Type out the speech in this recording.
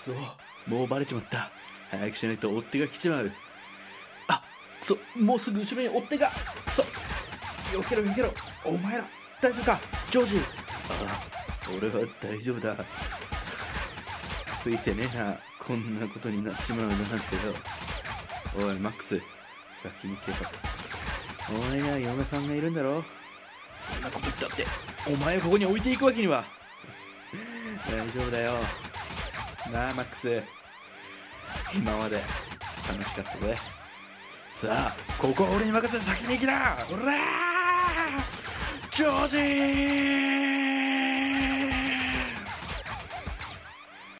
そ、もうバレちまった。早くしないと追っ手が来ちまう。もうすぐ後ろに追っ手が。よけろよけろ。お前ら大丈夫かジョージ。俺は大丈夫だ。ついてねえな、こんなことになっちまうなんてよ。おいマックス、先に行けば。お前には嫁さんがいるんだろ。そんなこと言ったってお前をここに置いていくわけには。大丈夫だよなあマックス、今まで楽しかったぜ。さあここは俺に任せて先に行きな。おらージョージー。